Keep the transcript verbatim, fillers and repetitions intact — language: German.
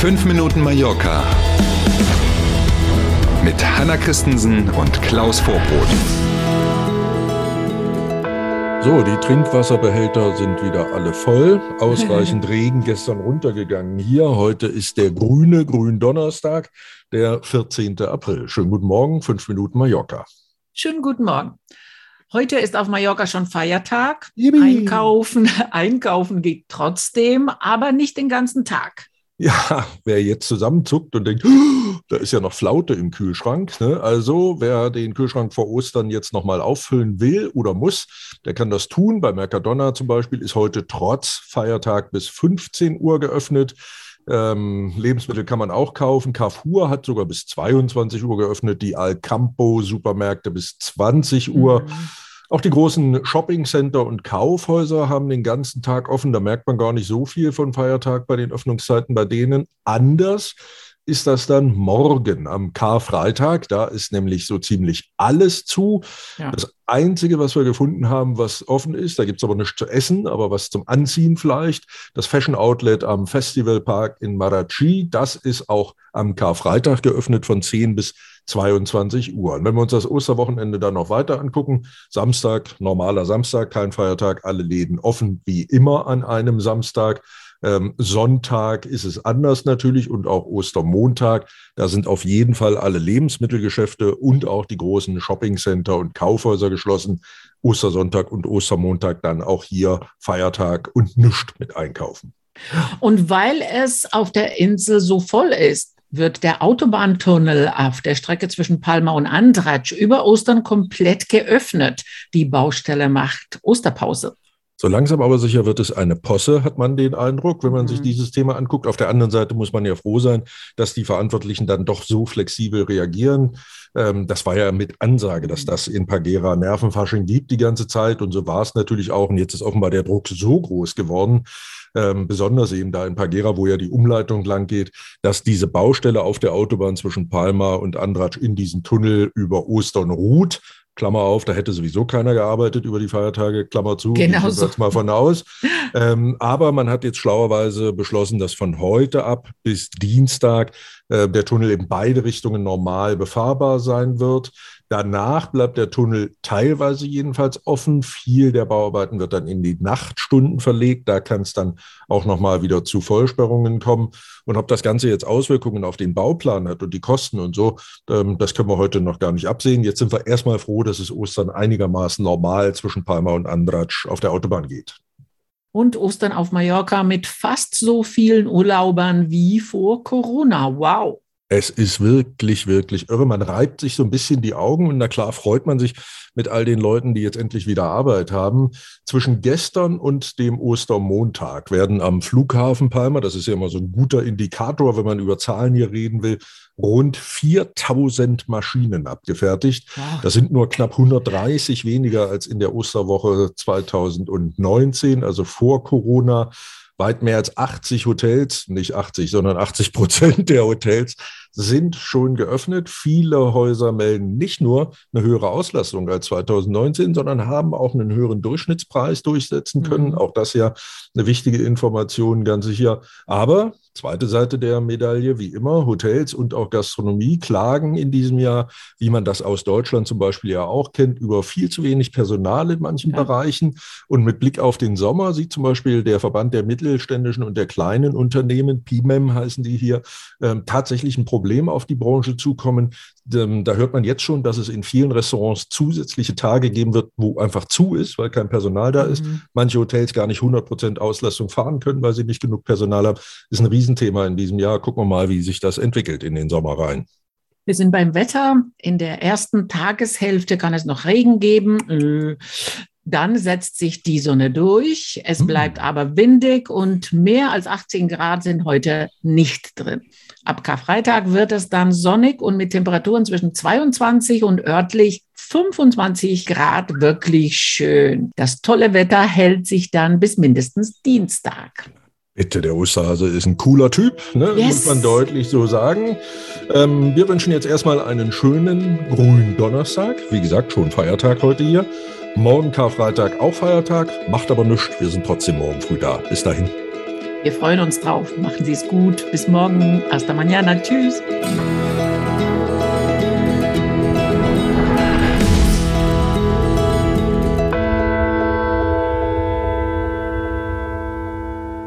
fünf Minuten Mallorca mit Hanna Christensen und Klaus Vorbrot. So, die Trinkwasserbehälter sind wieder alle voll. Ausreichend Regen gestern runtergegangen hier. Heute ist der grüne Gründonnerstag, der vierzehnten April. Schönen guten Morgen, fünf Minuten Mallorca. Schönen guten Morgen. Heute ist auf Mallorca schon Feiertag. Yippie. Einkaufen, einkaufen geht trotzdem, aber nicht den ganzen Tag. Ja, wer jetzt zusammenzuckt und denkt, oh, da ist ja noch Flaute im Kühlschrank, ne? Also wer den Kühlschrank vor Ostern jetzt nochmal auffüllen will oder muss, der kann das tun. Bei Mercadona zum Beispiel ist heute trotz Feiertag bis fünfzehn Uhr geöffnet. Ähm, Lebensmittel kann man auch kaufen. Carrefour hat sogar bis zweiundzwanzig Uhr geöffnet, die Alcampo-Supermärkte bis zwanzig Uhr. Mhm. Auch die großen Shoppingcenter und Kaufhäuser haben den ganzen Tag offen. Da merkt man gar nicht so viel von Feiertag bei den Öffnungszeiten bei denen. Anders ist das dann morgen am Karfreitag. Da ist nämlich so ziemlich alles zu. Ja. Das Einzige, was wir gefunden haben, was offen ist, da gibt es aber nichts zu essen, aber was zum Anziehen vielleicht, das Fashion Outlet am Festivalpark in Marachi, das ist auch am Karfreitag geöffnet von zehn bis zweiundzwanzig Uhr. Und wenn wir uns das Osterwochenende dann noch weiter angucken, Samstag, normaler Samstag, kein Feiertag, alle Läden offen wie immer an einem Samstag. Ähm, Sonntag ist es anders natürlich und auch Ostermontag. Da sind auf jeden Fall alle Lebensmittelgeschäfte und auch die großen Shoppingcenter und Kaufhäuser geschlossen. Ostersonntag und Ostermontag dann auch hier Feiertag und nichts mit einkaufen. Und weil es auf der Insel so voll ist, wird der Autobahntunnel auf der Strecke zwischen Palma und Andratx über Ostern komplett geöffnet. Die Baustelle macht Osterpause. So langsam aber sicher wird es eine Posse, hat man den Eindruck, wenn man mhm. sich dieses Thema anguckt. Auf der anderen Seite muss man ja froh sein, dass die Verantwortlichen dann doch so flexibel reagieren. Ähm, das war ja mit Ansage, dass das in Pagera Nervenfasching gibt die ganze Zeit. Und so war es natürlich auch. Und jetzt ist offenbar der Druck so groß geworden, ähm, besonders eben da in Pagera, wo ja die Umleitung lang geht, dass diese Baustelle auf der Autobahn zwischen Palma und Andratx in diesen Tunnel über Ostern ruht. Klammer auf, da hätte sowieso keiner gearbeitet über die Feiertage, Klammer zu, genau ich so. Mal von aus. ähm, aber man hat jetzt schlauerweise beschlossen, dass von heute ab bis Dienstag äh, der Tunnel in beide Richtungen normal befahrbar sein wird. Danach bleibt der Tunnel teilweise jedenfalls offen. Viel der Bauarbeiten wird dann in die Nachtstunden verlegt. Da kann es dann auch nochmal wieder zu Vollsperrungen kommen. Und ob das Ganze jetzt Auswirkungen auf den Bauplan hat und die Kosten und so, ähm, das können wir heute noch gar nicht absehen. Jetzt sind wir erstmal froh, dass es Ostern einigermaßen normal zwischen Palma und Andratx auf der Autobahn geht. Und Ostern auf Mallorca mit fast so vielen Urlaubern wie vor Corona. Wow! Es ist wirklich, wirklich irre. Man reibt sich so ein bisschen die Augen und na klar freut man sich mit all den Leuten, die jetzt endlich wieder Arbeit haben. Zwischen gestern und dem Ostermontag werden am Flughafen Palma, das ist ja immer so ein guter Indikator, wenn man über Zahlen hier reden will, rund viertausend Maschinen abgefertigt. Ja. Das sind nur knapp hundertdreißig weniger als in der Osterwoche zweitausendneunzehn, also vor Corona. Weit mehr als achtzig Hotels, nicht achtzig, sondern achtzig Prozent der Hotels sind schon geöffnet. Viele Häuser melden nicht nur eine höhere Auslastung als zweitausendneunzehn, sondern haben auch einen höheren Durchschnittspreis durchsetzen können. Mhm. Auch das ja eine wichtige Information, ganz sicher. Aber zweite Seite der Medaille, wie immer, Hotels und auch Gastronomie klagen in diesem Jahr, wie man das aus Deutschland zum Beispiel ja auch kennt, über viel zu wenig Personal in manchen ja. Bereichen. Und mit Blick auf den Sommer sieht zum Beispiel der Verband der mittelständischen und der kleinen Unternehmen, P I M E M heißen die hier, ähm, tatsächlich ein Problem auf die Branche zukommen. Ähm, da hört man jetzt schon, dass es in vielen Restaurants zusätzliche Tage geben wird, wo einfach zu ist, weil kein Personal da mhm. ist. Manche Hotels gar nicht hundert Prozent Auslastung fahren können, weil sie nicht genug Personal haben. Das ist ein Riesenthema in diesem Jahr. Gucken wir mal, wie sich das entwickelt in den Sommer rein. Wir sind beim Wetter. In der ersten Tageshälfte kann es noch Regen geben. Dann setzt sich die Sonne durch. Es hm. bleibt aber windig und mehr als achtzehn Grad sind heute nicht drin. Ab Karfreitag wird es dann sonnig und mit Temperaturen zwischen zweiundzwanzig und örtlich fünfundzwanzig Grad, wirklich schön. Das tolle Wetter hält sich dann bis mindestens Dienstag. Bitte, der Osterhase ist ein cooler Typ, ne? Yes. Muss man deutlich so sagen. Ähm, wir wünschen jetzt erstmal einen schönen grünen Donnerstag. Wie gesagt, schon Feiertag heute hier. Morgen Karfreitag auch Feiertag, macht aber nichts. Wir sind trotzdem morgen früh da. Bis dahin. Wir freuen uns drauf. Machen Sie es gut. Bis morgen. Hasta mañana. Tschüss.